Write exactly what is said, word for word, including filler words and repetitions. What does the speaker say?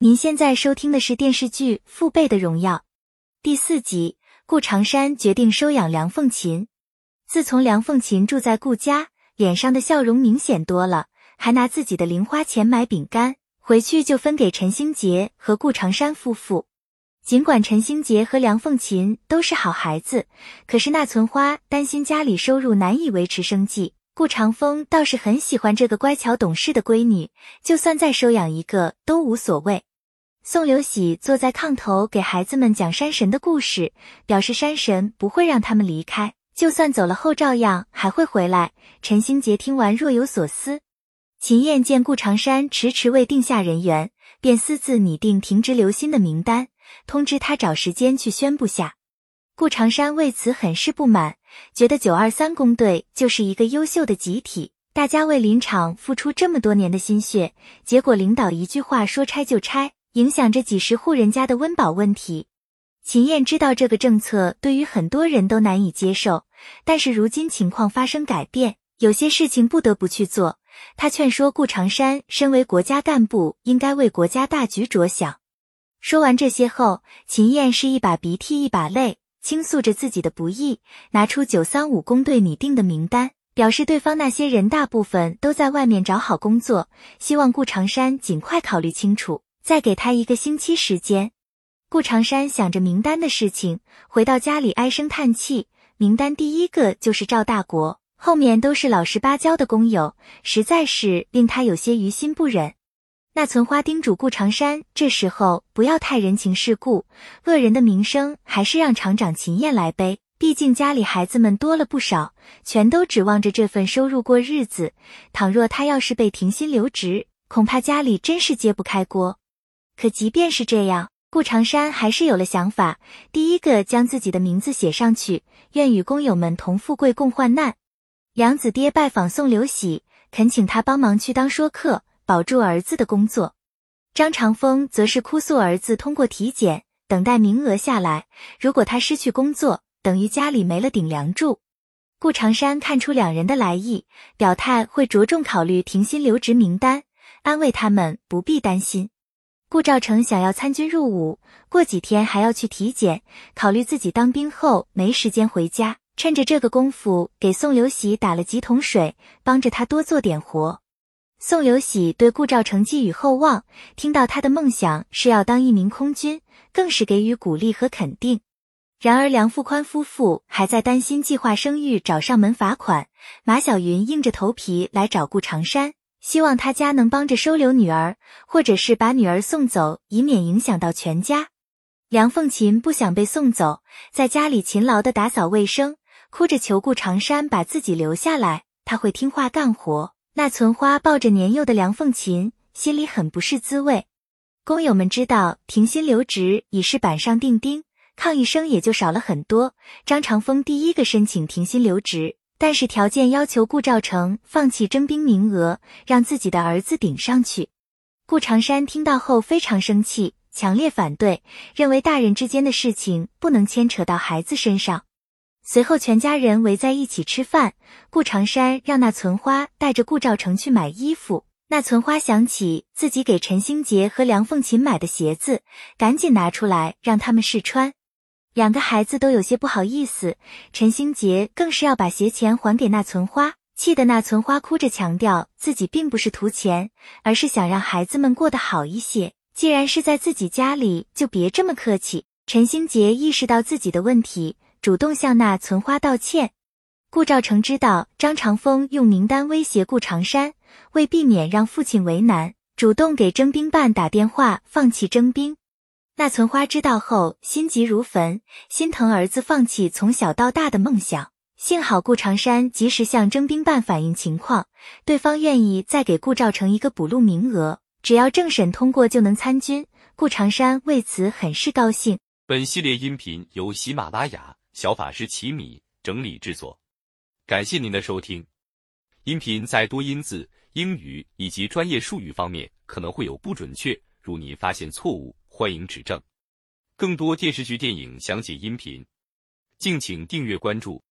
您现在收听的是电视剧《父辈的荣耀》第四集，顾长山决定收养梁凤琴。自从梁凤琴住在顾家，脸上的笑容明显多了，还拿自己的零花钱买饼干，回去就分给陈兴杰和顾长山夫妇。尽管陈兴杰和梁凤琴都是好孩子，可是那存花担心家里收入难以维持生计，顾长风倒是很喜欢这个乖巧懂事的闺女，就算再收养一个都无所谓。宋刘喜坐在炕头给孩子们讲山神的故事，表示山神不会让他们离开，就算走了后照样还会回来。陈兴杰听完若有所思。秦燕见顾长山迟迟未定下人员，便私自拟定停职留薪的名单，通知他找时间去宣布下。顾长山为此很是不满，觉得九二三工队就是一个优秀的集体，大家为林场付出这么多年的心血，结果领导一句话说拆就拆，影响着几十户人家的温饱问题。秦燕知道这个政策对于很多人都难以接受，但是如今情况发生改变，有些事情不得不去做。她劝说顾长山身为国家干部，应该为国家大局着想。说完这些后，秦燕是一把鼻涕一把泪，倾诉着自己的不易，拿出九三五工队拟定的名单，表示对方那些人大部分都在外面找好工作，希望顾长山尽快考虑清楚，再给他一个星期时间。顾长山想着名单的事情，回到家里唉声叹气。名单第一个就是赵大国，后面都是老实巴交的工友，实在是令他有些于心不忍。那存花叮嘱顾长山这时候不要太人情世故，恶人的名声还是让厂长秦燕来背，毕竟家里孩子们多了不少，全都指望着这份收入过日子，倘若他要是被停薪留职，恐怕家里真是揭不开锅。可即便是这样，顾长山还是有了想法，第一个将自己的名字写上去，愿与工友们同富贵共患难。杨子爹拜访宋刘喜，恳请他帮忙去当说客，保住儿子的工作。张长风则是哭诉儿子通过体检，等待名额下来，如果他失去工作，等于家里没了顶梁柱。顾长山看出两人的来意，表态会着重考虑停薪留职名单，安慰他们不必担心。顾兆成想要参军入伍，过几天还要去体检，考虑自己当兵后没时间回家，趁着这个功夫给宋刘喜打了几桶水，帮着他多做点活。宋刘喜对顾兆成寄予厚望，听到他的梦想是要当一名空军，更是给予鼓励和肯定。然而梁富宽夫妇还在担心计划生育找上门罚款，马小云硬着头皮来找顾长山，希望他家能帮着收留女儿，或者是把女儿送走，以免影响到全家。梁凤琴不想被送走，在家里勤劳地打扫卫生，哭着求顾长山把自己留下来，他会听话干活。那存花抱着年幼的梁凤琴，心里很不是滋味。工友们知道停薪留职已是板上钉钉，抗议声也就少了很多。张长风第一个申请停薪留职，但是条件要求顾兆成放弃征兵名额，让自己的儿子顶上去。顾长山听到后非常生气，强烈反对，认为大人之间的事情不能牵扯到孩子身上。随后全家人围在一起吃饭，顾长山让那存花带着顾兆成去买衣服。那存花想起自己给陈兴杰和梁凤琴买的鞋子，赶紧拿出来让他们试穿。两个孩子都有些不好意思，陈兴杰更是要把鞋钱还给那存花，气得那存花哭着强调自己并不是图钱，而是想让孩子们过得好一些，既然是在自己家里就别这么客气。陈兴杰意识到自己的问题，主动向那存花道歉。顾兆成知道张长风用名单威胁顾长山，为避免让父亲为难，主动给征兵办打电话放弃征兵。那存花知道后心急如焚，心疼儿子放弃从小到大的梦想。幸好顾长山及时向征兵办反映情况，对方愿意再给顾兆成一个补录名额，只要政审通过就能参军。顾长山为此很是高兴。 本系列音频由喜马拉雅小法师奇米整理制作，感谢您的收听。音频在多音字、英语以及专业术语方面可能会有不准确，如您发现错误，欢迎指正。更多电视剧、电影详解音频，敬请订阅关注。